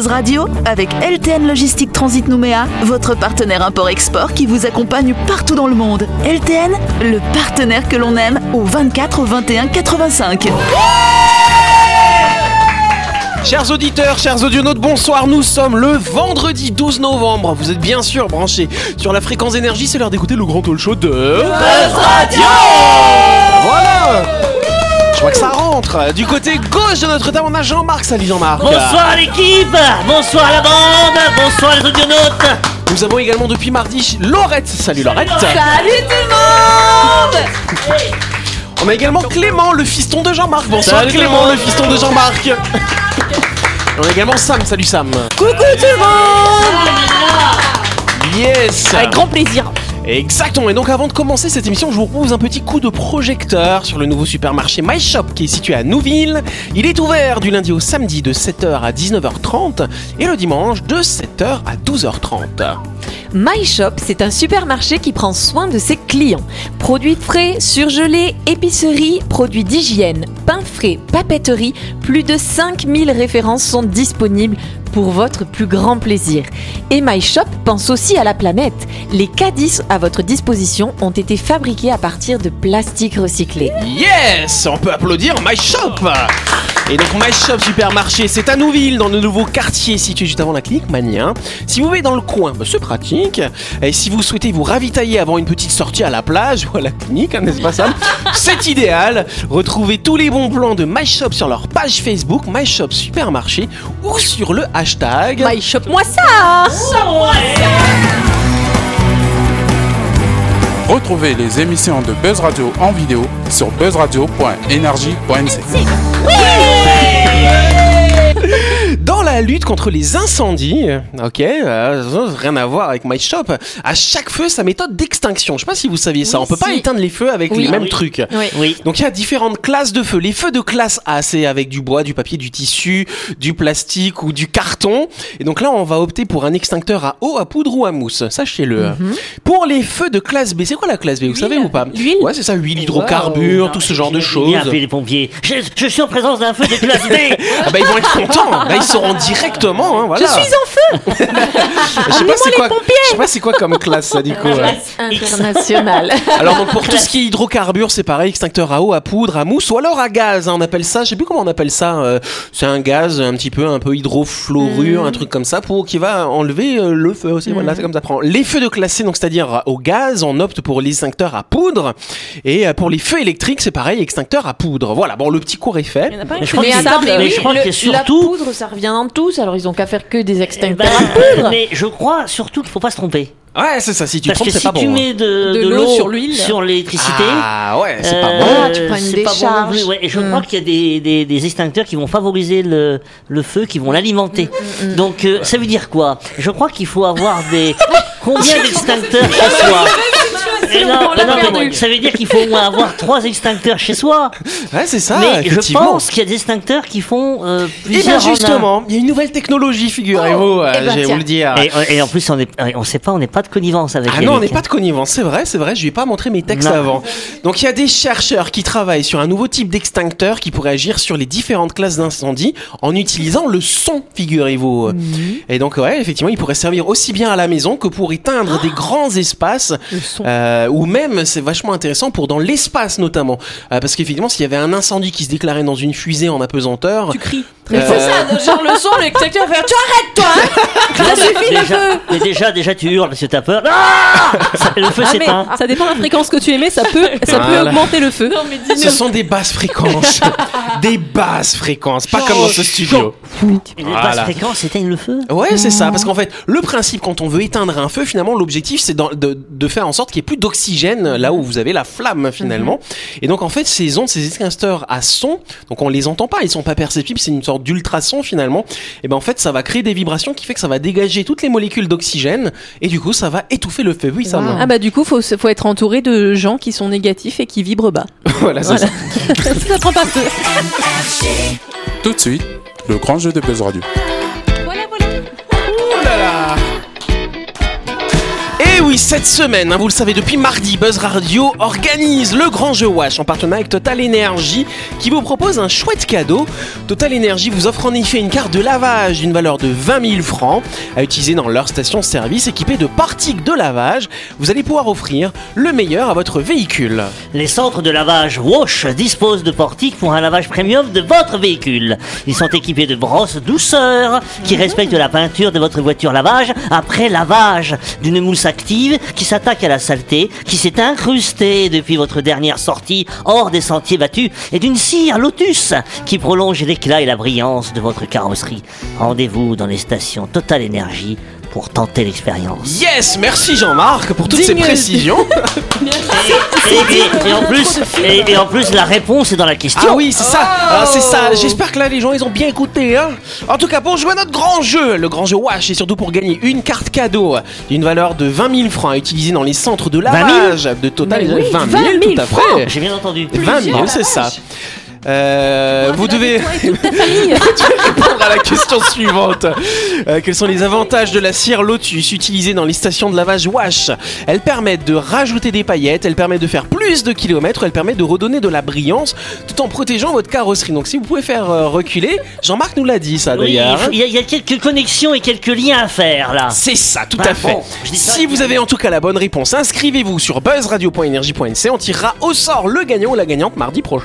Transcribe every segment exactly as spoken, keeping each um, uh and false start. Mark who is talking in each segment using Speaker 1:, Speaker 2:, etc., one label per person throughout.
Speaker 1: Buzz Radio avec L T N Logistique Transit Nouméa, votre partenaire import-export qui vous accompagne partout dans le monde. L T N, le partenaire que l'on aime, au vingt-quatre vingt et un quatre-vingt-cinq.
Speaker 2: Chers auditeurs, chers audionautes, bonsoir, nous sommes le vendredi douze novembre. Vous êtes bien sûr branchés sur la fréquence énergie, c'est l'heure d'écouter le grand talk show de Buzz Radio. Voilà. Je vois que ça rentre. Du côté gauche de Notre-Dame, on a Jean-Marc. Salut Jean-Marc.
Speaker 3: Bonsoir l'équipe, bonsoir la bande, bonsoir les audionautes.
Speaker 2: Nous avons également depuis mardi Laurette. Salut Laurette.
Speaker 4: Salut tout le monde.
Speaker 2: On a également Clément, le fiston de Jean-Marc. Bonsoir Salut Clément, le fiston de Jean-Marc. Et on a également Sam. Salut Sam.
Speaker 4: Coucou tout le monde.
Speaker 2: Yes.
Speaker 4: Avec grand plaisir.
Speaker 2: Exactement, et donc avant de commencer cette émission, je vous propose un petit coup de projecteur sur le nouveau supermarché MyShop qui est situé à Nouville. Il est ouvert du lundi au samedi de sept heures à dix-neuf heures trente et le dimanche de sept heures à douze heures trente.
Speaker 5: MyShop, c'est un supermarché qui prend soin de ses clients. Produits frais, surgelés, épicerie, produits d'hygiène, pain frais, papeterie, plus de cinq mille références sont disponibles pour votre plus grand plaisir. Et MyShop pense aussi à la planète. Les caddies à votre disposition ont été fabriqués à partir de plastique recyclé.
Speaker 2: Yes, on peut applaudir MyShop. Et donc MyShop Supermarché, c'est à Nouville, dans le nouveau quartier situé juste avant la clinique Mania. Si vous vivez dans le coin, bah, c'est pratique. Et si vous souhaitez vous ravitailler avant une petite sortie à la plage ou à la clinique, hein, n'est-ce pas Sam ? C'est idéal. Retrouvez tous les bons plans de MyShop sur leur page Facebook, MyShop Supermarché, ou sur le hashtag
Speaker 4: MyShop moi ça.
Speaker 6: Retrouvez les émissions de Buzz Radio en vidéo sur buzz radio point energie point n c.
Speaker 2: Dans la lutte contre les incendies, ok, euh, rien à voir avec MyShop, à chaque feu sa méthode d'extinction. Je sais pas si vous saviez ça,
Speaker 5: oui,
Speaker 2: on peut
Speaker 5: si.
Speaker 2: pas éteindre les feux avec
Speaker 5: oui,
Speaker 2: les mêmes
Speaker 5: oui.
Speaker 2: trucs.
Speaker 5: Oui.
Speaker 3: Oui.
Speaker 2: Donc il y a différentes classes de feux. Les feux de classe A, c'est avec du bois, du papier, du tissu, du plastique ou du carton. Et donc là, on va opter pour un extincteur à eau, à poudre ou à mousse. Sachez-le. Mm-hmm. Pour les feux de classe B, c'est quoi la classe B, vous savez ou pas ?
Speaker 4: L'huile.
Speaker 2: Ouais, c'est ça, huile, hydrocarbures,
Speaker 3: Wow.
Speaker 2: tout ce genre
Speaker 3: Je
Speaker 2: de
Speaker 3: vais
Speaker 2: choses.
Speaker 3: bien appeler les pompiers. Je, je suis en présence d'un feu de classe B.
Speaker 2: Ah bah ils vont être contents. Là ils sauront directement. Hein, voilà.
Speaker 4: Je suis en feu.
Speaker 2: Je sais pas c'est quoi. Je sais pas c'est quoi comme classe ça du coup. Ouais.
Speaker 5: International.
Speaker 2: Alors donc pour tout ce qui est hydrocarbures, c'est pareil, extincteur à eau, à poudre, à mousse ou alors à gaz. Hein, on appelle ça, je sais plus comment on appelle ça. Euh, c'est un gaz un petit peu un peu hydrofluorure, mmh. un truc comme ça pour qui va enlever euh, le feu aussi. Mmh. Voilà, c'est comme ça. Prend les feux de classe C, donc c'est-à-dire au gaz, on opte pour les extincteurs à poudre et euh, pour les feux électriques, c'est pareil, extincteur à poudre. Voilà, bon le petit cours est fait.
Speaker 3: Mais je crois
Speaker 5: Mais
Speaker 3: que c'est-
Speaker 5: attends, mais
Speaker 3: mais
Speaker 5: oui,
Speaker 3: je crois
Speaker 5: le-
Speaker 3: que surtout-
Speaker 5: la poudre, ça revient dans tous, alors ils ont qu'à faire que des
Speaker 3: Eh
Speaker 5: extincteurs
Speaker 3: ben,
Speaker 5: à poudre.
Speaker 3: mais je crois surtout qu'il faut pas se tromper.
Speaker 2: Ouais, c'est ça. Si tu
Speaker 3: Parce
Speaker 2: trompes,
Speaker 3: que
Speaker 2: c'est
Speaker 3: si
Speaker 2: pas
Speaker 3: tu
Speaker 2: bon.
Speaker 3: mets de,
Speaker 4: De
Speaker 3: de
Speaker 4: l'eau
Speaker 3: l'eau
Speaker 4: sur l'huile.
Speaker 3: sur l'électricité,
Speaker 2: Ah ouais, c'est pas
Speaker 3: euh,
Speaker 2: bon.
Speaker 5: Ah, tu prends une
Speaker 3: c'est pas bon non
Speaker 5: décharge.
Speaker 3: plus, ouais. Et je
Speaker 5: Mm.
Speaker 3: crois qu'il y a des, des, des extincteurs qui vont favoriser le, le feu, qui vont l'alimenter. Donc euh, ça veut dire quoi ? Je crois qu'il faut avoir des combien d'extincteurs chez soi ? Et non,
Speaker 4: on l'a
Speaker 3: non, non,
Speaker 4: perdu.
Speaker 3: ça veut dire qu'il faut au moins avoir trois extincteurs chez soi.
Speaker 2: Ouais, c'est ça.
Speaker 3: Mais je
Speaker 2: effectivement.
Speaker 3: pense qu'il y a des extincteurs qui font euh,
Speaker 2: Et bien
Speaker 3: plusieurs en un.
Speaker 2: justement, il y a une nouvelle technologie, figurez-vous,
Speaker 5: Oh,
Speaker 2: euh,
Speaker 5: eh ben
Speaker 2: je vais
Speaker 5: tiens.
Speaker 2: vous le dire.
Speaker 3: Et, et en plus, on est, on sait pas, on n'est pas de connivence avec.
Speaker 2: Ah non, on n'est
Speaker 3: Yannick.
Speaker 2: pas de connivence, c'est vrai, c'est vrai, je lui ai pas montré mes textes
Speaker 3: Non.
Speaker 2: avant. Donc il y a des chercheurs qui travaillent sur un nouveau type d'extincteur qui pourrait agir sur les différentes classes d'incendie en utilisant le son, figurez-vous. Et donc ouais, effectivement, il pourrait servir aussi bien à la maison que pour éteindre des grands espaces, euh, ou même, c'est vachement intéressant pour dans l'espace notamment. Euh, parce qu'effectivement, s'il y avait un incendie qui se déclarait dans une fusée en apesanteur...
Speaker 4: Tu cries.
Speaker 2: Euh,
Speaker 4: C'est ça, genre le son, le extincteur va faire tu arrêtes toi hein. Ça suffit le
Speaker 3: déjà,
Speaker 4: feu.
Speaker 3: mais déjà, déjà, tu hurles parce que t'as peur. Ah Ça- le feu
Speaker 4: Ah, mais
Speaker 3: s'éteint.
Speaker 4: ça dépend de la fréquence que tu émets, ça peut, ça peut
Speaker 2: Voilà.
Speaker 4: augmenter le feu.
Speaker 2: Ce sont des basses fréquences. Des basses fréquences, pas comme dans ce studio.
Speaker 3: Et les
Speaker 2: Voilà.
Speaker 3: basses fréquences éteignent le feu.
Speaker 2: Ouais, c'est ça, parce qu'en fait, le principe quand on veut éteindre un feu, finalement, l'objectif c'est d'en- de, de faire en sorte qu'il n'y ait plus d'oxygène là où vous avez la flamme finalement. Et donc en fait, ces ondes, ces extincteurs à son, donc on les entend pas, ils sont pas perceptibles, c'est une sorte d'ultrason finalement. Et ben en fait, ça va créer des vibrations qui fait que ça va dégager toutes les molécules d'oxygène et du coup, ça va étouffer le feu. Oui, ça.
Speaker 5: Wow.
Speaker 4: Ah bah du coup, faut, faut être entouré de gens qui sont négatifs et qui vibrent bas.
Speaker 2: Voilà, c'est
Speaker 4: Voilà.
Speaker 2: ça.
Speaker 4: ça prend pas feu.
Speaker 6: Tout de suite, le grand jeu de Buzz Radio.
Speaker 2: Oh là là. Et oui. oui, cette semaine, hein, vous le savez, depuis mardi, Buzz Radio organise le grand jeu Wash en partenariat avec Total Energy qui vous propose un chouette cadeau. Total Energy vous offre en effet une carte de lavage d'une valeur de vingt mille francs à utiliser dans leur station-service équipée de portiques de lavage. Vous allez pouvoir offrir le meilleur à votre véhicule.
Speaker 3: Les centres de lavage Wash disposent de portiques pour un lavage premium de votre véhicule. Ils sont équipés de brosses douceur qui respectent la peinture de votre voiture lavage après lavage, d'une mousse active qui s'attaque à la saleté qui s'est incrustée depuis votre dernière sortie hors des sentiers battus et d'une cire Lotus qui prolonge l'éclat et la brillance de votre carrosserie. Rendez-vous dans les stations Total Energy pour tenter l'expérience.
Speaker 2: Yes, merci Jean-Marc pour toutes
Speaker 4: Digne.
Speaker 2: ces précisions.
Speaker 3: Et, et- et en plus, et, et en plus, la réponse est dans la question.
Speaker 2: Ah oui, c'est ça, ah, c'est ça. J'espère que là les gens ils ont bien écouté. Hein. En tout cas, pour jouer à notre grand jeu, le grand jeu Wash, et surtout pour gagner une carte cadeau d'une valeur de vingt mille francs à utiliser dans les centres de lavage de Total.
Speaker 4: Mais oui,
Speaker 2: vingt
Speaker 4: vingt
Speaker 2: mille,
Speaker 4: mille
Speaker 2: tout à fait.
Speaker 3: J'ai bien entendu.
Speaker 2: vingt mille, c'est ça. Euh, vous devez répondre à la question suivante. Euh, quels sont les avantages de la cire Lotus utilisée dans les stations de lavage Wash? Elles permettent de rajouter des paillettes, elles permettent de faire plus de kilomètres, elles permettent de redonner de la brillance tout en protégeant votre carrosserie. Donc si vous pouvez faire euh, reculer, Jean-Marc nous l'a dit ça
Speaker 3: Oui,
Speaker 2: d'ailleurs.
Speaker 3: il y, a- il y a quelques connexions et quelques liens à faire là.
Speaker 2: C'est ça, tout
Speaker 3: Bah,
Speaker 2: à fait.
Speaker 3: bon, je dis ça,
Speaker 2: Si vous avez en tout cas la bonne réponse, inscrivez-vous sur buzz radio point énergie point n c. On tirera au sort le gagnant ou la gagnante mardi prochain.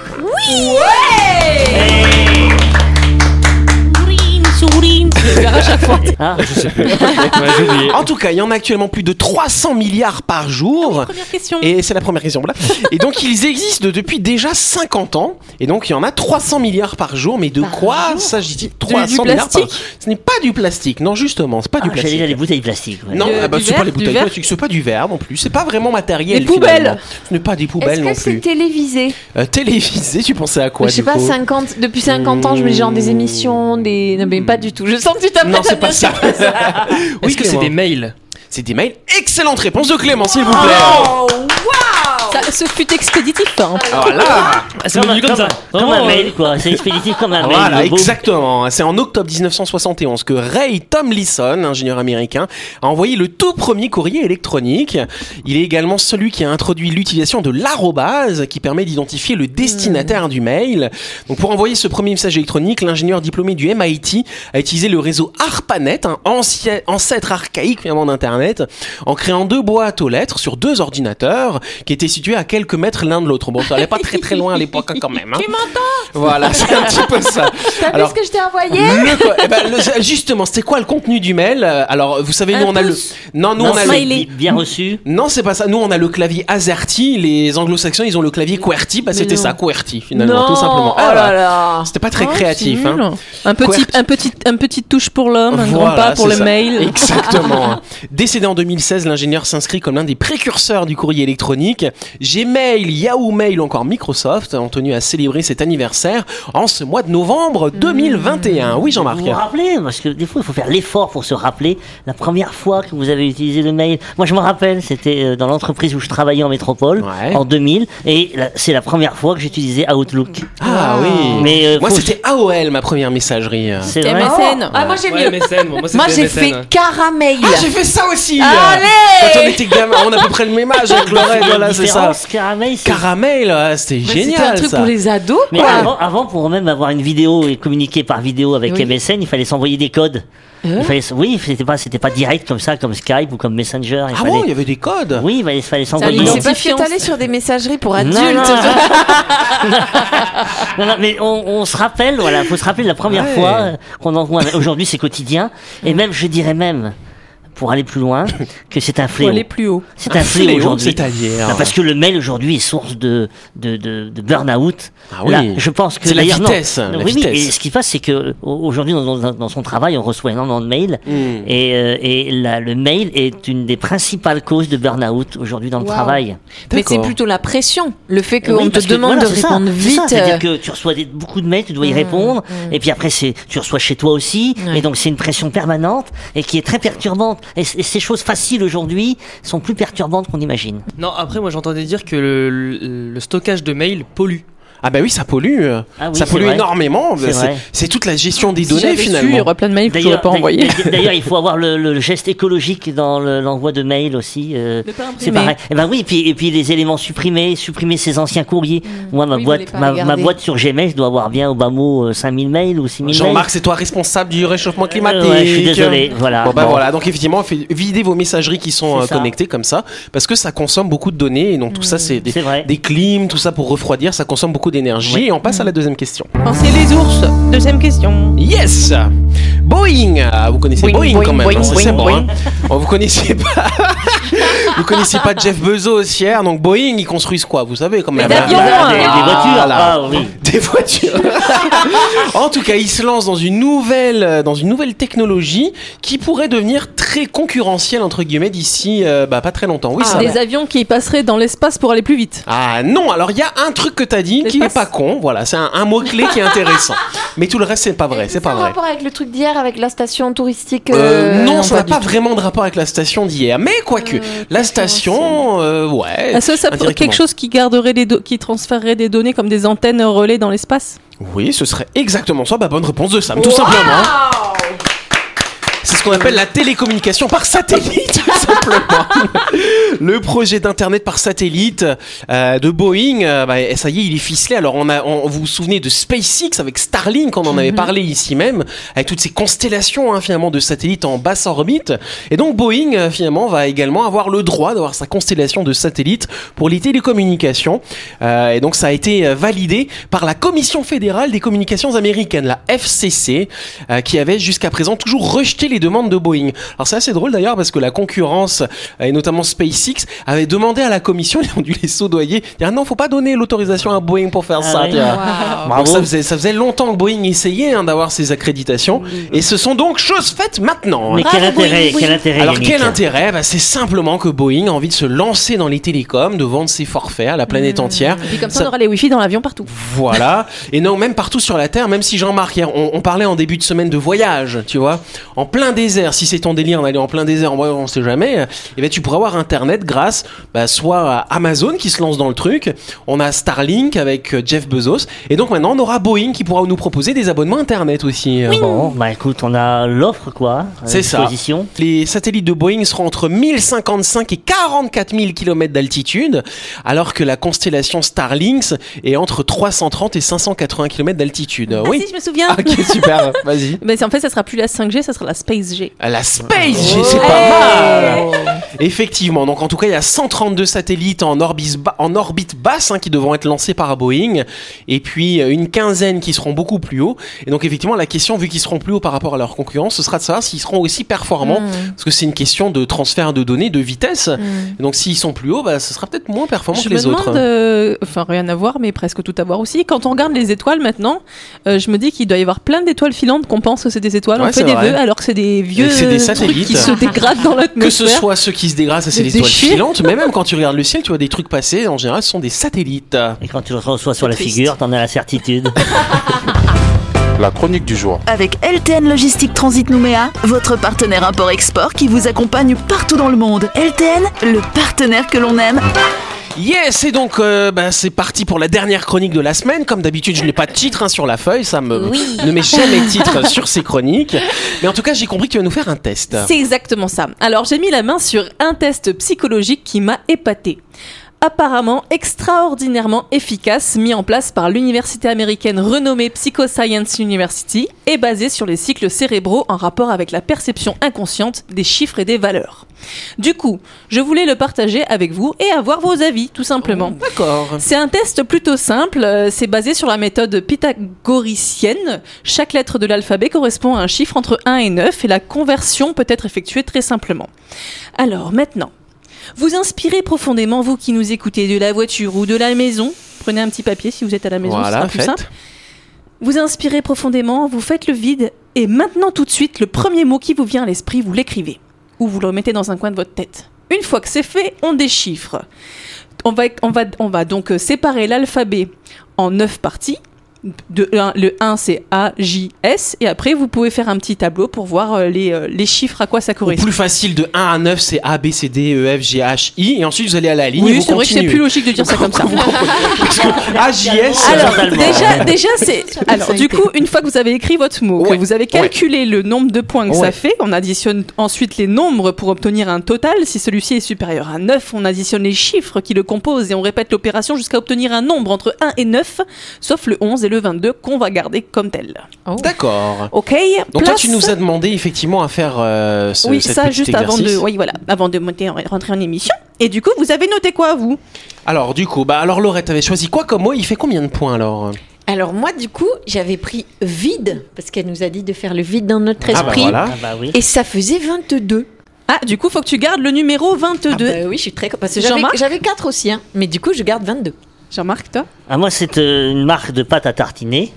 Speaker 3: Ah,
Speaker 7: Je sais plus. Ouais, j'ai oublié.
Speaker 2: En tout cas, il y en a actuellement plus de trois cents milliards par jour.
Speaker 4: Première question.
Speaker 2: Et c'est la première question, voilà. Et donc, ils existent depuis déjà cinquante ans. Et donc, il y en a trois cents milliards par jour. Mais de
Speaker 5: Par
Speaker 2: quoi
Speaker 5: jour
Speaker 2: s'agit-il? trois cents
Speaker 5: du
Speaker 2: milliards par
Speaker 5: plastique?
Speaker 2: Ce n'est pas du plastique. Non, justement, c'est pas du
Speaker 3: Ah, j'allais
Speaker 2: plastique.
Speaker 3: dire les bouteilles plastiques. ouais.
Speaker 2: Non,
Speaker 5: Du-
Speaker 2: ah bah,
Speaker 5: du
Speaker 2: c'est pas
Speaker 5: verre,
Speaker 2: les
Speaker 5: du
Speaker 2: bouteilles
Speaker 5: verre
Speaker 2: plastiques, c'est pas du verre non plus. C'est pas vraiment matériel.
Speaker 5: Des poubelles.
Speaker 2: finalement. Ce n'est pas des poubelles
Speaker 5: Est-ce
Speaker 2: non
Speaker 5: que c'est
Speaker 2: plus.
Speaker 5: télévisé?
Speaker 2: Euh, télévisé, tu pensais à quoi
Speaker 5: Je sais
Speaker 2: du
Speaker 5: pas,
Speaker 2: coup
Speaker 5: cinquante depuis cinquante ans, je mets genre des émissions, des. Non, mais pas du tout. Je sens que tu t'apprêtes
Speaker 2: Non,
Speaker 5: à
Speaker 2: c'est
Speaker 5: me
Speaker 2: pas
Speaker 5: dire
Speaker 2: ça. Oui,
Speaker 7: Est-ce que c'est
Speaker 2: Clément.
Speaker 7: des mails?
Speaker 2: C'est des mails. Excellente réponse de Clément, s'il vous plaît.
Speaker 5: Oh,
Speaker 4: Ça, ce fut expéditif. Hein.
Speaker 2: Voilà.
Speaker 7: Ah, c'est
Speaker 3: Comme,
Speaker 7: devenu
Speaker 3: un,
Speaker 7: comme
Speaker 3: comme,
Speaker 7: ça.
Speaker 3: un- comme
Speaker 7: Vraiment,
Speaker 3: un
Speaker 7: euh,
Speaker 3: mail quoi, c'est expéditif comme un
Speaker 2: Voilà,
Speaker 3: mail. le beau.
Speaker 2: exactement. C'est en octobre dix-neuf cent soixante et onze que Ray Tomlinson, ingénieur américain, a envoyé le tout premier courrier électronique. Il est également celui qui a introduit l'utilisation de l'arrobase, qui permet d'identifier le destinataire du mail. Donc, pour envoyer ce premier message électronique, l'ingénieur diplômé du M I T a utilisé le réseau ARPANET, un ancien, ancêtre archaïque finalement d'Internet, en créant deux boîtes aux lettres sur deux ordinateurs qui étaient situés à quelques mètres l'un de l'autre. Bon, ça allait pas très très loin à l'époque hein, quand même. Hein.
Speaker 4: Tu m'entends?
Speaker 2: Voilà, c'est un petit peu ça.
Speaker 5: T'as vu
Speaker 2: Alors,
Speaker 5: ce que je t'ai envoyé?
Speaker 2: le co- eh ben, le- justement, c'était quoi le contenu du mail? Euh, Alors, vous savez, nous
Speaker 4: Un
Speaker 2: on a le.
Speaker 4: pouce.
Speaker 2: Non, nous
Speaker 3: Non,
Speaker 2: on a
Speaker 3: c'est
Speaker 2: le.
Speaker 4: smiley.
Speaker 3: bien reçu.
Speaker 2: Non, c'est pas ça. Nous on a le clavier AZERTY. Les Anglo-Saxons, ils ont le clavier QWERTY. Bah,
Speaker 5: Mais
Speaker 2: c'était
Speaker 5: non.
Speaker 2: ça, QWERTY finalement,
Speaker 4: Non.
Speaker 2: tout simplement.
Speaker 4: Oh
Speaker 2: Ah,
Speaker 4: là
Speaker 2: voilà.
Speaker 4: là.
Speaker 2: C'était pas très
Speaker 4: Oh,
Speaker 2: créatif.
Speaker 4: c'est
Speaker 2: Hein.
Speaker 4: nul. Un petit,
Speaker 2: QWERTY.
Speaker 4: un petit, un petit touche pour l'homme, un
Speaker 2: Voilà,
Speaker 4: grand pas pour
Speaker 2: c'est
Speaker 4: le
Speaker 2: ça.
Speaker 4: mail.
Speaker 2: Exactement. Décédé en deux mille seize, l'ingénieur s'inscrit comme l'un des précurseurs du courrier électronique. Gmail, Yahoo Mail ou encore Microsoft ont tenu à célébrer cet anniversaire en ce mois de novembre deux mille vingt et un. Oui, Jean-Marc.
Speaker 3: Vous vous rappelez, parce que des fois il faut faire l'effort pour se rappeler la première fois que vous avez utilisé le mail. Moi je me rappelle, c'était euh, dans l'entreprise où je travaillais en métropole
Speaker 2: Ouais.
Speaker 3: en deux mille et la- c'est la première fois que j'utilisais Outlook.
Speaker 2: Ah oui.
Speaker 3: Mais euh,
Speaker 2: Moi,
Speaker 3: faut-
Speaker 2: c'était A O L, ma première messagerie.
Speaker 3: c'est
Speaker 4: M
Speaker 3: vrai.
Speaker 4: S N.
Speaker 5: Ah, moi j'ai
Speaker 7: Ouais,
Speaker 5: mieux.
Speaker 7: M S N. Bon, moi, c'était
Speaker 5: Moi j'ai
Speaker 7: M S N.
Speaker 5: fait Caramel.
Speaker 2: Ah, j'ai fait ça aussi.
Speaker 5: Allez.
Speaker 2: Quand on était gamin, on a à peu près le même âge avec Lorraine, voilà, c'est ça.
Speaker 3: Différence, Caramel, c'est-
Speaker 2: Caramel, ah, c'était
Speaker 5: Mais
Speaker 2: génial.
Speaker 5: C'était un truc
Speaker 2: ça.
Speaker 5: pour les ados,
Speaker 3: Mais
Speaker 5: quoi.
Speaker 3: avant, avant, pour même avoir une vidéo et communiquer par vidéo avec
Speaker 5: Oui.
Speaker 3: M S N, il fallait s'envoyer des codes. Il fallait, oui, c'était pas, c'était pas direct comme ça, comme Skype ou comme Messenger. Il
Speaker 2: Ah
Speaker 3: fallait,
Speaker 2: bon, il y avait des codes.
Speaker 3: oui, il fallait, fallait
Speaker 4: Ça
Speaker 3: s'envoyer.
Speaker 4: lui
Speaker 5: Mais
Speaker 4: Non.
Speaker 5: c'est pas fait
Speaker 4: Identifiance.
Speaker 5: t'aller sur des messageries pour
Speaker 3: Non,
Speaker 5: adultes.
Speaker 3: non, non, non, mais on, on se rappelle, voilà, faut se rappeler de la première
Speaker 2: Ouais.
Speaker 3: fois euh, qu'on envoie. un- Aujourd'hui, c'est quotidien, et même, je dirais même, pour aller plus loin, que c'est un
Speaker 4: Faut
Speaker 3: fléau.
Speaker 4: aller plus haut.
Speaker 3: C'est un fléau
Speaker 2: Fléau,
Speaker 3: aujourd'hui.
Speaker 2: c'est-à-dire.
Speaker 3: Non, parce que le mail aujourd'hui est source de de de, de burn-out.
Speaker 2: Ah oui.
Speaker 3: Là, je pense que
Speaker 2: C'est la
Speaker 3: d'ailleurs, non.
Speaker 2: vitesse, la
Speaker 3: oui, oui,
Speaker 2: vitesse.
Speaker 3: et ce qui se passe, c'est que au- aujourd'hui dans, dans, dans son travail, on reçoit énormément de mails,
Speaker 2: Hmm.
Speaker 3: et euh, et la- le mail est une des principales causes de burn-out aujourd'hui dans le
Speaker 5: Wow.
Speaker 3: travail.
Speaker 5: Mais c'est
Speaker 2: D'accord.
Speaker 5: plutôt la pression, le fait qu'on
Speaker 3: Oui,
Speaker 5: te
Speaker 3: parce que,
Speaker 5: demande
Speaker 3: voilà,
Speaker 5: de
Speaker 3: c'est ça,
Speaker 5: répondre
Speaker 3: c'est ça,
Speaker 5: vite.
Speaker 3: C'est-à-dire
Speaker 5: euh,
Speaker 3: que tu reçois des- beaucoup de mails, tu dois y
Speaker 5: Mmh,
Speaker 3: répondre,
Speaker 5: mmh.
Speaker 3: et puis après c'est, tu reçois chez toi aussi,
Speaker 5: Ouais.
Speaker 3: et donc c'est une pression permanente et qui est très perturbante. Et, c- et ces choses faciles aujourd'hui sont plus perturbantes qu'on imagine.
Speaker 7: Non, après, moi j'entendais dire que le, le- le stockage de mails pollue.
Speaker 2: Ah bah oui, ça pollue.
Speaker 3: Ah oui,
Speaker 2: ça
Speaker 3: c'est
Speaker 2: pollue
Speaker 3: vrai.
Speaker 2: énormément.
Speaker 3: C'est
Speaker 2: C'est,
Speaker 3: vrai.
Speaker 2: c'est toute la gestion des
Speaker 4: Si
Speaker 2: données
Speaker 4: j'avais su,
Speaker 2: finalement.
Speaker 4: il y aurait plein de mails que je n'aurais pas
Speaker 3: d'ailleurs,
Speaker 4: envoyés.
Speaker 3: d'ailleurs- d'ailleurs, il faut avoir le, le geste écologique dans le- l'envoi de mails aussi. euh,
Speaker 4: Ne pas
Speaker 3: c'est
Speaker 4: imprimer.
Speaker 3: pareil. Et ben oui, et puis, et puis les éléments supprimés, supprimer ces anciens courriers. Moi, ma
Speaker 5: Oui, vous
Speaker 3: boîte,
Speaker 5: voulez pas
Speaker 3: ma,
Speaker 5: les
Speaker 3: ma
Speaker 5: garder.
Speaker 3: boîte sur Gmail doit avoir bien au bas mot euh, cinq mille mails ou six mille mails.
Speaker 2: Jean-Marc, c'est toi responsable du réchauffement climatique.
Speaker 3: Euh, ouais, je suis désolé. Voilà.
Speaker 2: Bon bah
Speaker 3: Bon.
Speaker 2: voilà, donc effectivement, fait- videz vos messageries qui sont
Speaker 3: C'est
Speaker 2: euh,
Speaker 3: ça.
Speaker 2: connectées comme ça, parce que ça consomme beaucoup de données, et donc tout ça c'est des,
Speaker 3: C'est vrai.
Speaker 2: des clims, tout ça pour refroidir, ça consomme beaucoup d'énergie.
Speaker 3: Oui.
Speaker 2: Et on passe à la deuxième question.
Speaker 4: Pensez les ours. Deuxième question.
Speaker 2: Yes. Boeing, ah, vous connaissez
Speaker 4: Boing,
Speaker 2: Boeing,
Speaker 4: boing,
Speaker 2: quand même,
Speaker 4: boing,
Speaker 2: hein, c'est
Speaker 4: boing,
Speaker 2: c'est bon.
Speaker 4: boing.
Speaker 2: Hein. Oh, vous connaissiez pas, vous connaissiez pas Jeff Bezos hier, donc Boeing ils construisent quoi, vous savez quand même.
Speaker 4: Des
Speaker 2: hein.
Speaker 4: avions,
Speaker 3: Ah, des, des voitures.
Speaker 2: Voilà.
Speaker 3: Ah oui.
Speaker 2: Des voitures. En tout cas, ils se lancent dans une nouvelle, dans une nouvelle technologie qui pourrait devenir très concurrentielle entre guillemets d'ici, euh, bah, pas très longtemps. Oui, ça.
Speaker 4: Des avions qui passeraient dans l'espace pour aller plus vite.
Speaker 2: Ah non, alors il y a un truc que t'as dit qui est
Speaker 4: L'espace.
Speaker 2: pas con. Voilà, c'est un, un mot clé qui est intéressant. Mais tout le reste c'est pas vrai, c'est pas
Speaker 5: un
Speaker 2: vrai.
Speaker 5: rapport avec le truc d'hier, avec la station touristique.
Speaker 2: Euh,
Speaker 5: euh,
Speaker 2: non, ça n'a
Speaker 5: du
Speaker 2: pas
Speaker 5: tout.
Speaker 2: vraiment de rapport avec la station d'hier. Mais quoique, la station, euh, ouais.
Speaker 4: Est-ce que ça pourrait
Speaker 2: indirectement.
Speaker 4: quelque chose qui garderait des do- qui transférerait des données comme des antennes relais dans l'espace?
Speaker 2: Oui, ce serait exactement ça. Bah, bonne réponse de Sam, tout simplement. C'est ce qu'on appelle la télécommunication par satellite, tout simplement. Le projet d'internet par satellite euh, de Boeing, euh, bah, ça y est, il est ficelé. Alors, on a, on, vous vous souvenez de SpaceX avec Starlink, on en avait parlé ici même, avec toutes ces constellations hein, finalement de satellites en basse orbite. Et donc Boeing euh, finalement va également avoir le droit d'avoir sa constellation de satellites pour les télécommunications. Euh, et donc ça a été euh, validé par la Commission fédérale des communications américaines, la F C C, euh, qui avait jusqu'à présent toujours rejeté les demandes de Boeing. Alors c'est assez drôle d'ailleurs parce que la concurrence, euh, et notamment SpaceX, avait demandé à la commission, ils ont dû les soudoyer, dire non, faut pas donner l'autorisation à Boeing pour faire
Speaker 3: Ah
Speaker 2: ça.
Speaker 3: oui.
Speaker 2: tu vois.
Speaker 5: Waouh.
Speaker 3: Bravo.
Speaker 2: Donc ça faisait, ça faisait longtemps que Boeing essayait hein, d'avoir ces accréditations, et ce sont donc choses faites maintenant.
Speaker 3: Mais
Speaker 2: hein.
Speaker 3: quel intérêt, quel intérêt
Speaker 2: Alors
Speaker 3: Yannick
Speaker 2: quel intérêt bah, c'est simplement que Boeing a envie de se lancer dans les télécoms, de vendre ses forfaits à la planète entière.
Speaker 4: Et puis comme ça,
Speaker 2: Ça-
Speaker 4: on aura les Wi-Fi dans l'avion partout.
Speaker 2: Voilà. Et non, même partout sur la Terre, même si Jean-Marc, hier, on, on parlait en début de semaine de voyage, tu vois, en plein désert, si c'est ton délire d'aller en plein désert, en voyage, on sait jamais, et ben tu pourras avoir Internet grâce bah, soit à Amazon qui se lance dans le truc, on a Starlink avec euh, Jeff Bezos, et donc maintenant on aura Boeing qui pourra nous proposer des abonnements Internet aussi. euh.
Speaker 3: Bon, bah écoute, on a l'offre quoi. à
Speaker 2: C'est ça.
Speaker 3: disposition.
Speaker 2: Les satellites de Boeing seront entre mille cinquante-cinq et quarante-quatre mille kilomètres d'altitude, alors que la constellation Starlink est entre trois cent trente et cinq cent quatre-vingts kilomètres d'altitude.
Speaker 4: Ah
Speaker 2: oui.
Speaker 4: si, je me souviens.
Speaker 2: Ah, ok, super, vas-y.
Speaker 4: Mais c'est- en fait, ça sera plus la cinq G, ça sera la Space G.
Speaker 2: La Space G, c'est pas mal. Effectivement, donc en tout cas, il y a cent trente-deux satellites en orbite, ba- en orbite basse hein, qui devront être lancés par Boeing, et puis euh, une quinzaine qui seront beaucoup plus hauts. Et donc effectivement, la question, vu qu'ils seront plus hauts par rapport à leurs concurrents, ce sera de savoir s'ils seront aussi performants, parce que c'est une question de transfert de données, de vitesse. Et donc s'ils sont plus hauts, bah, ce sera peut-être moins performant
Speaker 4: Je
Speaker 2: que
Speaker 4: me
Speaker 2: les autres.
Speaker 4: demande, euh, enfin rien à voir, mais presque tout à voir aussi. Quand on regarde les étoiles maintenant, euh, je me dis qu'il doit y avoir plein d'étoiles filantes qu'on pense que c'est des étoiles.
Speaker 2: Ouais,
Speaker 4: on fait
Speaker 2: c'est
Speaker 4: des
Speaker 2: vrai.
Speaker 4: vœux alors que c'est des vieux
Speaker 2: c'est des
Speaker 4: trucs
Speaker 2: satellites.
Speaker 4: qui se dégradent dans
Speaker 2: Que
Speaker 4: l'atmosphère.
Speaker 2: ce soit ceux qui se dégradent, ça c'est
Speaker 4: Des
Speaker 2: les étoiles
Speaker 4: déchets.
Speaker 2: filantes, mais même quand tu regardes le ciel, tu vois des trucs passer, en général ce sont des satellites.
Speaker 3: Et quand tu le reçois sur la
Speaker 4: triste.
Speaker 3: figure, t'en as la certitude.
Speaker 6: La chronique du jour.
Speaker 1: Avec L T N Logistique Transit Nouméa, votre partenaire import-export qui vous accompagne partout dans le monde. L T N, le partenaire que l'on aime.
Speaker 2: Yes, et donc euh, bah, c'est parti pour la dernière chronique de la semaine. Comme d'habitude, je n'ai pas de titre hein, sur la feuille, ça me ne met jamais de titre sur ces chroniques. Mais en tout cas, j'ai compris que tu vas nous faire un test.
Speaker 4: C'est exactement ça. Alors j'ai mis la main sur un test psychologique qui m'a épaté. Apparemment extraordinairement efficace, mis en place par l'université américaine renommée Psychoscience University et basé sur les cycles cérébraux en rapport avec la perception inconsciente des chiffres et des valeurs. Du coup, je voulais le partager avec vous et avoir vos avis, tout simplement.
Speaker 2: D'accord.
Speaker 4: C'est un test plutôt simple, euh, c'est basé sur la méthode pythagoricienne. Chaque lettre de l'alphabet correspond à un chiffre entre un et neuf et la conversion peut être effectuée très simplement. Alors maintenant, vous inspirez profondément, vous qui nous écoutez de la voiture ou de la maison. Prenez un petit papier si vous êtes à la maison, ce
Speaker 2: Voilà,
Speaker 4: sera plus
Speaker 2: faites.
Speaker 4: simple. Vous inspirez profondément, vous faites le vide et maintenant tout de suite, le premier mot qui vous vient à l'esprit, vous l'écrivez ou vous le remettez dans un coin de votre tête. Une fois que c'est fait, on déchiffre. On va, on va, on va donc séparer l'alphabet en neuf parties. de, un, le un, c'est A, J, S. Et après, vous pouvez faire un petit tableau pour voir euh, les, euh, les chiffres à quoi ça
Speaker 2: Au
Speaker 4: correspond.
Speaker 2: plus facile, de un à neuf, c'est A, B, C, D, E, F, G, H, I. Et ensuite, vous allez à la ligne et
Speaker 4: Oui,
Speaker 2: vous
Speaker 4: c'est vrai que c'est
Speaker 2: continuez.
Speaker 4: plus logique de dire ça comme ça.
Speaker 2: A, J, S.
Speaker 4: Alors,
Speaker 3: Totalement.
Speaker 4: déjà, déjà c'est. Alors, du coup, une fois que vous avez écrit votre mot, que
Speaker 2: Ouais.
Speaker 4: vous avez calculé le nombre de points que
Speaker 2: Ouais.
Speaker 4: ça fait, on additionne ensuite les nombres pour obtenir un total. Si celui-ci est supérieur à neuf, on additionne les chiffres qui le composent et on répète l'opération jusqu'à obtenir un nombre entre un et neuf, sauf le onze et le vingt-deux qu'on va garder comme tel.
Speaker 2: D'accord.
Speaker 4: Ok.
Speaker 2: Donc toi,
Speaker 4: place-
Speaker 2: tu nous as demandé effectivement à faire euh, ce,
Speaker 4: Oui,
Speaker 2: cette
Speaker 4: ça
Speaker 2: petite
Speaker 4: juste avant de,
Speaker 2: exercice.
Speaker 4: oui, voilà, avant de monter, rentrer en émission. Et du coup, vous avez noté quoi, vous?
Speaker 2: Alors, du coup, bah alors Laurette avait choisi quoi comme mot? Il fait combien de points alors?
Speaker 5: Alors moi, du coup, j'avais pris vide, parce qu'elle nous a dit de faire le vide dans notre
Speaker 2: Ah bah
Speaker 5: esprit.
Speaker 2: voilà.
Speaker 3: Ah bah oui.
Speaker 5: Et ça faisait vingt-deux.
Speaker 4: Ah, du coup, faut que tu gardes le numéro
Speaker 5: Ah
Speaker 4: vingt-deux.
Speaker 5: bah oui, je suis très... Parce que j'avais,
Speaker 4: Jean-Marc
Speaker 5: j'avais quatre aussi, hein. Mais du coup, je garde vingt-deux.
Speaker 4: Jean-Marc, toi?
Speaker 3: Ah, moi, c'est euh, une marque de pâte à tartiner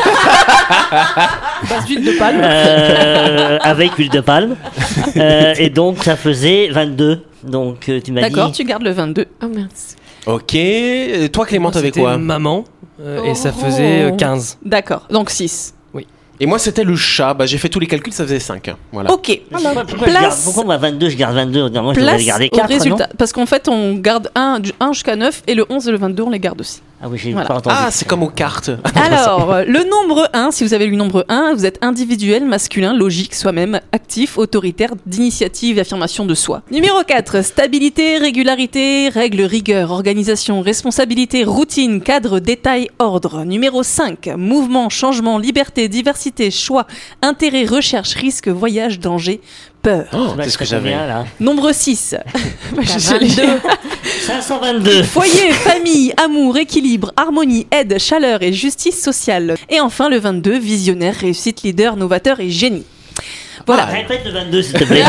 Speaker 4: Base d'huile de palme.
Speaker 3: euh, avec huile de palme. Euh, et donc, ça faisait vingt-deux. Donc, euh, tu m'as dit.
Speaker 4: D'accord, tu gardes le vingt-deux.
Speaker 5: Oh mince.
Speaker 2: Ok. Et toi, Clément, t'avais
Speaker 7: C'était
Speaker 2: quoi?
Speaker 7: maman, euh, et ça
Speaker 4: Oh.
Speaker 7: faisait euh, quinze.
Speaker 4: D'accord, donc six.
Speaker 2: Et moi, c'était le chat. Bah, j'ai fait tous les calculs, ça faisait cinq. Voilà.
Speaker 4: Ok.
Speaker 3: Mais pourquoi, pourquoi je
Speaker 4: Place-
Speaker 3: garde, pourquoi moi vingt-deux, je garde vingt-deux? Moi, je devrais
Speaker 4: Place
Speaker 3: garder
Speaker 4: au
Speaker 3: quatre,
Speaker 4: résultat. Parce qu'en fait, on garde un, du un jusqu'à neuf et le onze et le vingt-deux, on les garde aussi.
Speaker 3: non Ah oui, j'ai
Speaker 4: Voilà.
Speaker 3: pas entendu.
Speaker 2: Ah, c'est comme aux cartes.
Speaker 4: Alors, euh, le nombre un, si vous avez le nombre un, vous êtes individuel, masculin, logique, soi-même, actif, autoritaire, d'initiative, d'affirmation de soi. Numéro quatre, stabilité, régularité, règle, rigueur, organisation, responsabilité, routine, cadre, détail, ordre. Numéro cinq, mouvement, changement, liberté, diversité, choix, intérêt, recherche, risque, voyage, danger, peur.
Speaker 2: Oh,
Speaker 3: Bah,
Speaker 2: c'est ce que
Speaker 3: je serais
Speaker 2: j'avais.
Speaker 3: combien, là
Speaker 4: Nombre six,
Speaker 5: vingt-deux.
Speaker 3: cinq cent vingt-deux.
Speaker 4: foyer, famille, amour, équilibre, harmonie, aide, chaleur et justice sociale. Et enfin le vingt-deux, visionnaire, réussite, leader, novateur et génie. Voilà.
Speaker 3: Ah, répète le vingt-deux, s'il te plaît.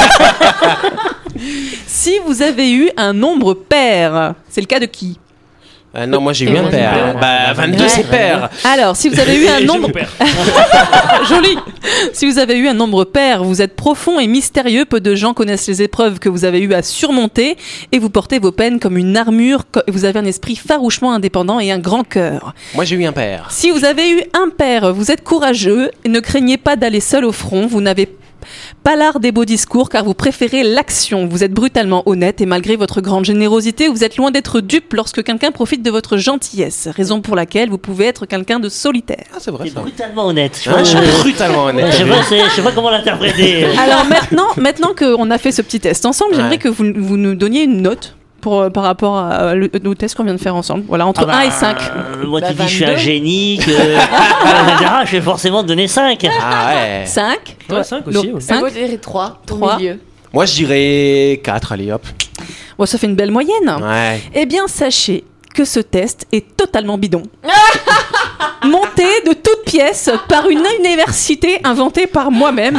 Speaker 4: Si vous avez eu un nombre pair, c'est le cas de qui?
Speaker 2: Ah non, moi j'ai eu un
Speaker 5: vingt-deux.
Speaker 2: père. Bah, vingt-deux,
Speaker 5: Ouais.
Speaker 2: c'est père.
Speaker 4: Alors, si vous avez eu un nombre joli, si vous avez eu un nombre pair, vous êtes profond et mystérieux. Peu de gens connaissent les épreuves que vous avez eu à surmonter et vous portez vos peines comme une armure. co- Vous avez un esprit farouchement indépendant et un grand cœur.
Speaker 2: Moi j'ai eu un père.
Speaker 4: Si vous avez eu un père, vous êtes courageux et ne craignez pas d'aller seul au front. Vous n'avez pas l'art des beaux discours car vous préférez l'action. Vous êtes brutalement honnête et malgré votre grande générosité, vous êtes loin d'être dupe lorsque quelqu'un profite de votre gentillesse. Raison pour laquelle vous pouvez être quelqu'un de solitaire.
Speaker 2: Ah, c'est vrai
Speaker 3: C'est
Speaker 2: ça.
Speaker 3: brutalement honnête. Je
Speaker 2: Ah, je suis
Speaker 3: vois, euh,
Speaker 2: brutalement honnête.
Speaker 3: je sais
Speaker 2: t'as
Speaker 3: pas,
Speaker 2: vu
Speaker 3: c'est- je sais pas comment l'interpréter.
Speaker 4: Alors maintenant, maintenant qu'on a fait ce petit test ensemble, j'aimerais
Speaker 2: Ouais.
Speaker 4: que vous, vous nous donniez une note pour, euh, par rapport à, le- au test qu'on vient de faire ensemble. Voilà, entre
Speaker 3: Ah bah,
Speaker 4: un et cinq.
Speaker 3: euh, moi,
Speaker 5: Bah,
Speaker 3: tu dis, je suis un
Speaker 5: vingt-deux.
Speaker 3: génie, que. et cetera, je vais forcément te donner cinq.
Speaker 2: Ah ouais.
Speaker 4: cinq.
Speaker 7: Ouais, cinq aussi, ouais.
Speaker 5: Ça
Speaker 4: cinq.
Speaker 5: va dire trois.
Speaker 4: Trois.
Speaker 5: Au milieu.
Speaker 2: Moi je dirais quatre, allez hop.
Speaker 4: Bon, ça fait une belle moyenne.
Speaker 2: Ouais.
Speaker 4: Eh bien, sachez que ce test est totalement bidon. Monté de toutes pièces par une université inventée par moi-même.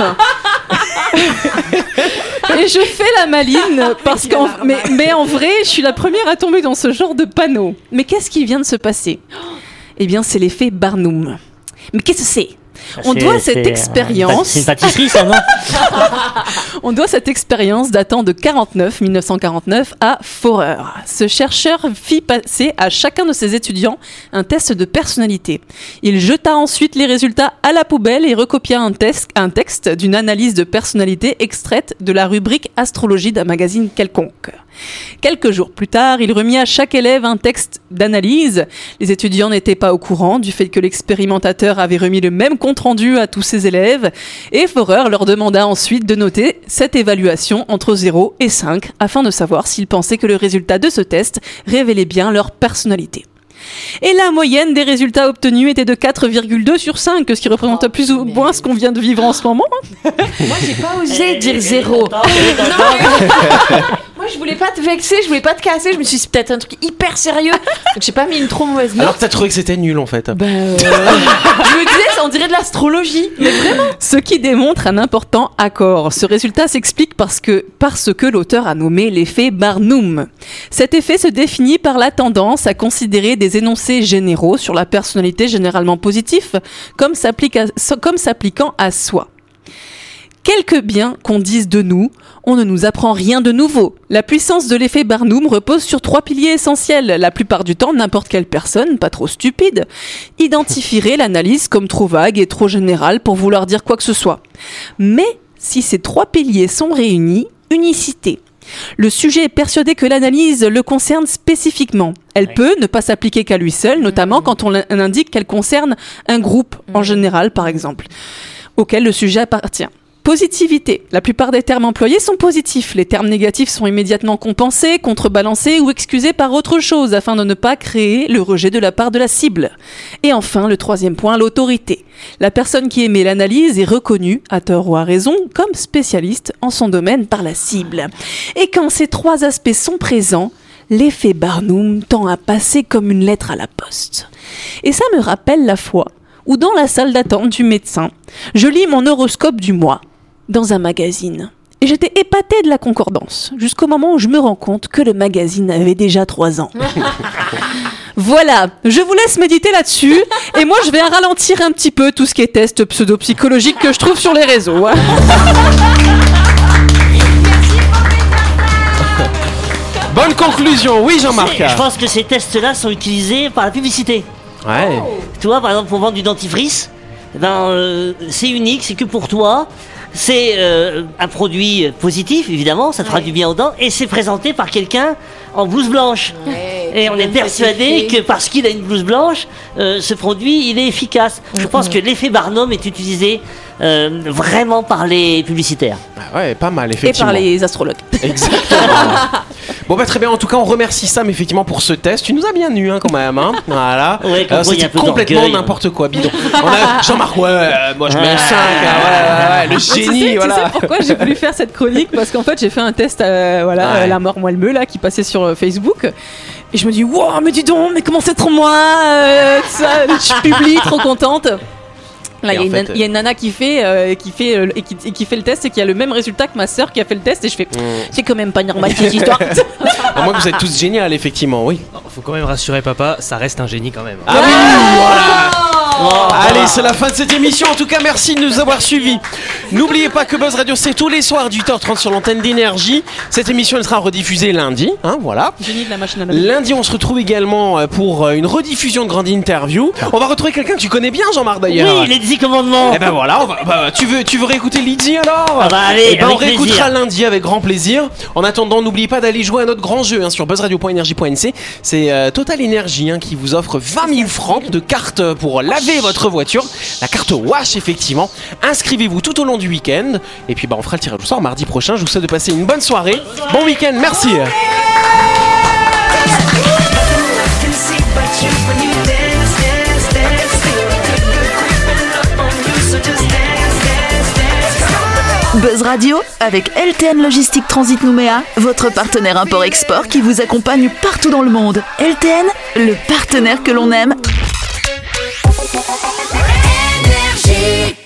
Speaker 4: Et je fais la maline parce qu'en mais, mais en vrai, je suis la première à tomber dans ce genre de panneau. Mais qu'est-ce qui vient de se passer? Eh bien, c'est l'effet Barnum. Mais qu'est-ce que c'est? On
Speaker 3: C'est-
Speaker 4: doit cette
Speaker 3: c'est, euh,
Speaker 4: expérience-
Speaker 3: C'est une pâtisserie, ça, non?
Speaker 4: On doit cette expérience datant de quarante-neuf, mille neuf cent quarante-neuf à Forer. Ce chercheur fit passer à chacun de ses étudiants un test de personnalité. Il jeta ensuite les résultats à la poubelle et recopia un, test, un texte d'une analyse de personnalité extraite de la rubrique astrologie d'un magazine quelconque. Quelques jours plus tard, il remit à chaque élève un texte d'analyse. Les étudiants n'étaient pas au courant du fait que l'expérimentateur avait remis le même compte-rendu à tous ses élèves et Forer leur demanda ensuite de noter cette évaluation entre zéro et cinq afin de savoir s'ils pensaient que le résultat de ce test révélait bien leur personnalité. Et la moyenne des résultats obtenus était de quatre virgule deux sur cinq, ce qui représente plus ou moins ce qu'on vient de vivre en ce moment.
Speaker 5: Moi, j'ai pas osé
Speaker 3: Eh,
Speaker 5: dire
Speaker 3: eh,
Speaker 5: zéro.
Speaker 3: attends, attends.
Speaker 5: Moi, je voulais pas te vexer, je voulais pas te casser. Je me suis dit, c'est peut-être un truc hyper sérieux. Donc, j'ai pas mis une trop mauvaise note.
Speaker 2: Alors que t'as trouvé que c'était nul en fait.
Speaker 5: Bah, euh, je me disais, ça on dirait de l'astrologie. Mais vraiment.
Speaker 4: Ce qui démontre un important accord. Ce résultat s'explique parce que, parce que l'auteur a nommé l'effet Barnum. Cet effet se définit par la tendance à considérer des énoncés généraux sur la personnalité généralement positifs comme, s'applique à- comme s'appliquant à soi. Quelque bien qu'on dise de nous, On ne nous apprend rien de nouveau. La puissance de l'effet Barnum repose sur trois piliers essentiels. La plupart du temps, n'importe quelle personne, pas trop stupide, identifierait l'analyse comme trop vague et trop générale pour vouloir dire quoi que ce soit. Mais si ces trois piliers sont réunis, unicité. Le sujet est persuadé que l'analyse le concerne spécifiquement. Elle oui. peut ne pas s'appliquer qu'à lui seul, notamment mmh. quand on indique qu'elle concerne un groupe, mmh. en général par exemple, auquel le sujet appartient. Positivité. La plupart des termes employés sont positifs. Les termes négatifs sont immédiatement compensés, contrebalancés ou excusés par autre chose afin de ne pas créer le rejet de la part de la cible. Et enfin, le troisième point, l'autorité. La personne qui émet l'analyse est reconnue, à tort ou à raison, comme spécialiste en son domaine par la cible. Et quand ces trois aspects sont présents, l'effet Barnum tend à passer comme une lettre à la poste. Et ça me rappelle la fois où dans la salle d'attente du médecin, je lis mon horoscope du mois dans un magazine. Et j'étais épatée de la concordance, jusqu'au moment où je me rends compte que le magazine avait déjà trois ans. Voilà, je vous laisse méditer là-dessus, et moi je vais ralentir un petit peu tout ce qui est test pseudo-psychologique que je trouve sur les réseaux.
Speaker 2: Bonne conclusion, oui Jean-Marc.
Speaker 3: Je pense que ces tests-là sont utilisés par la publicité.
Speaker 2: Ouais.
Speaker 3: Tu vois, par exemple, pour vendre du dentifrice, ben, euh, c'est unique, c'est que pour toi. C'est euh, un produit positif, évidemment, ça te fera ouais. du bien aux dents, et c'est présenté par quelqu'un en blouse blanche. Ouais, et on est persuadé que parce qu'il a une blouse blanche, euh, ce produit, il est efficace. Mm-hmm. Je pense que l'effet Barnum est utilisé euh, vraiment par les publicitaires.
Speaker 2: Ah ouais, pas mal, effectivement.
Speaker 4: Et par les astrologues.
Speaker 2: Exactement. Bon bah très bien, en tout cas on remercie Sam effectivement pour ce test. Tu nous as bien eu hein, quand même hein. Voilà.
Speaker 3: Ouais,
Speaker 2: euh, c'était complètement n'importe quoi, bidon. On a Jean-Marc, ouais, euh, moi je mets un cinq, hein, ouais, ouais, ouais, le génie,
Speaker 4: tu sais,
Speaker 2: voilà.
Speaker 4: Tu sais pourquoi j'ai voulu faire cette chronique? Parce qu'en fait j'ai fait un test, euh, voilà, ouais. euh, la mort moelle-meu là qui passait sur euh, Facebook. Et je me dis, wow, mais dis donc, mais comment c'est trop moi euh, ça, je publie, trop contente. Là, il y, fait, y a une nana qui fait, euh, qui, fait, euh, et qui, et qui fait le test et qui a le même résultat que ma sœur qui a fait le test. Et je fais, mmh. c'est quand même pas normal cette histoire.
Speaker 2: À moins que vous êtes tous génial, effectivement, oui.
Speaker 7: Non, faut quand même rassurer papa, ça reste un génie quand même.
Speaker 2: Ah oui, voilà. Oh. Allez, c'est la fin de cette émission. En tout cas, merci de nous avoir suivis. N'oubliez pas que Buzz Radio, c'est tous les soirs, dix-huit heures trente sur l'antenne d'Énergie. Cette émission, elle sera rediffusée lundi. Hein, voilà.
Speaker 4: Génie de la machine à laver.
Speaker 2: Lundi, on se retrouve également pour une rediffusion de Grande Interview. On va retrouver quelqu'un que tu connais bien, Jean-Marc, d'ailleurs.
Speaker 3: Oui, les dix commandements.
Speaker 2: Eh ben voilà, on va, bah, tu, veux, tu veux réécouter Lydie alors?
Speaker 3: Ah bah allez,
Speaker 2: eh ben
Speaker 3: avec
Speaker 2: on réécoutera
Speaker 3: plaisir.
Speaker 2: lundi avec grand plaisir. En attendant, n'oubliez pas d'aller jouer à notre grand jeu hein, sur buzz radio point énergie point n c. C'est euh, Total Energy hein, qui vous offre vingt mille francs de cartes pour laver votre voiture. La carte Wash, effectivement. Inscrivez-vous tout au long du week-end. Et puis bah, on fera le tirage au sort mardi prochain. Je vous souhaite de passer une bonne soirée. Bon week-end, merci.
Speaker 1: Buzz Radio avec L T N Logistique Transit Nouméa, votre partenaire import-export qui vous accompagne partout dans le monde. L T N, le partenaire que l'on aime.
Speaker 8: Énergie.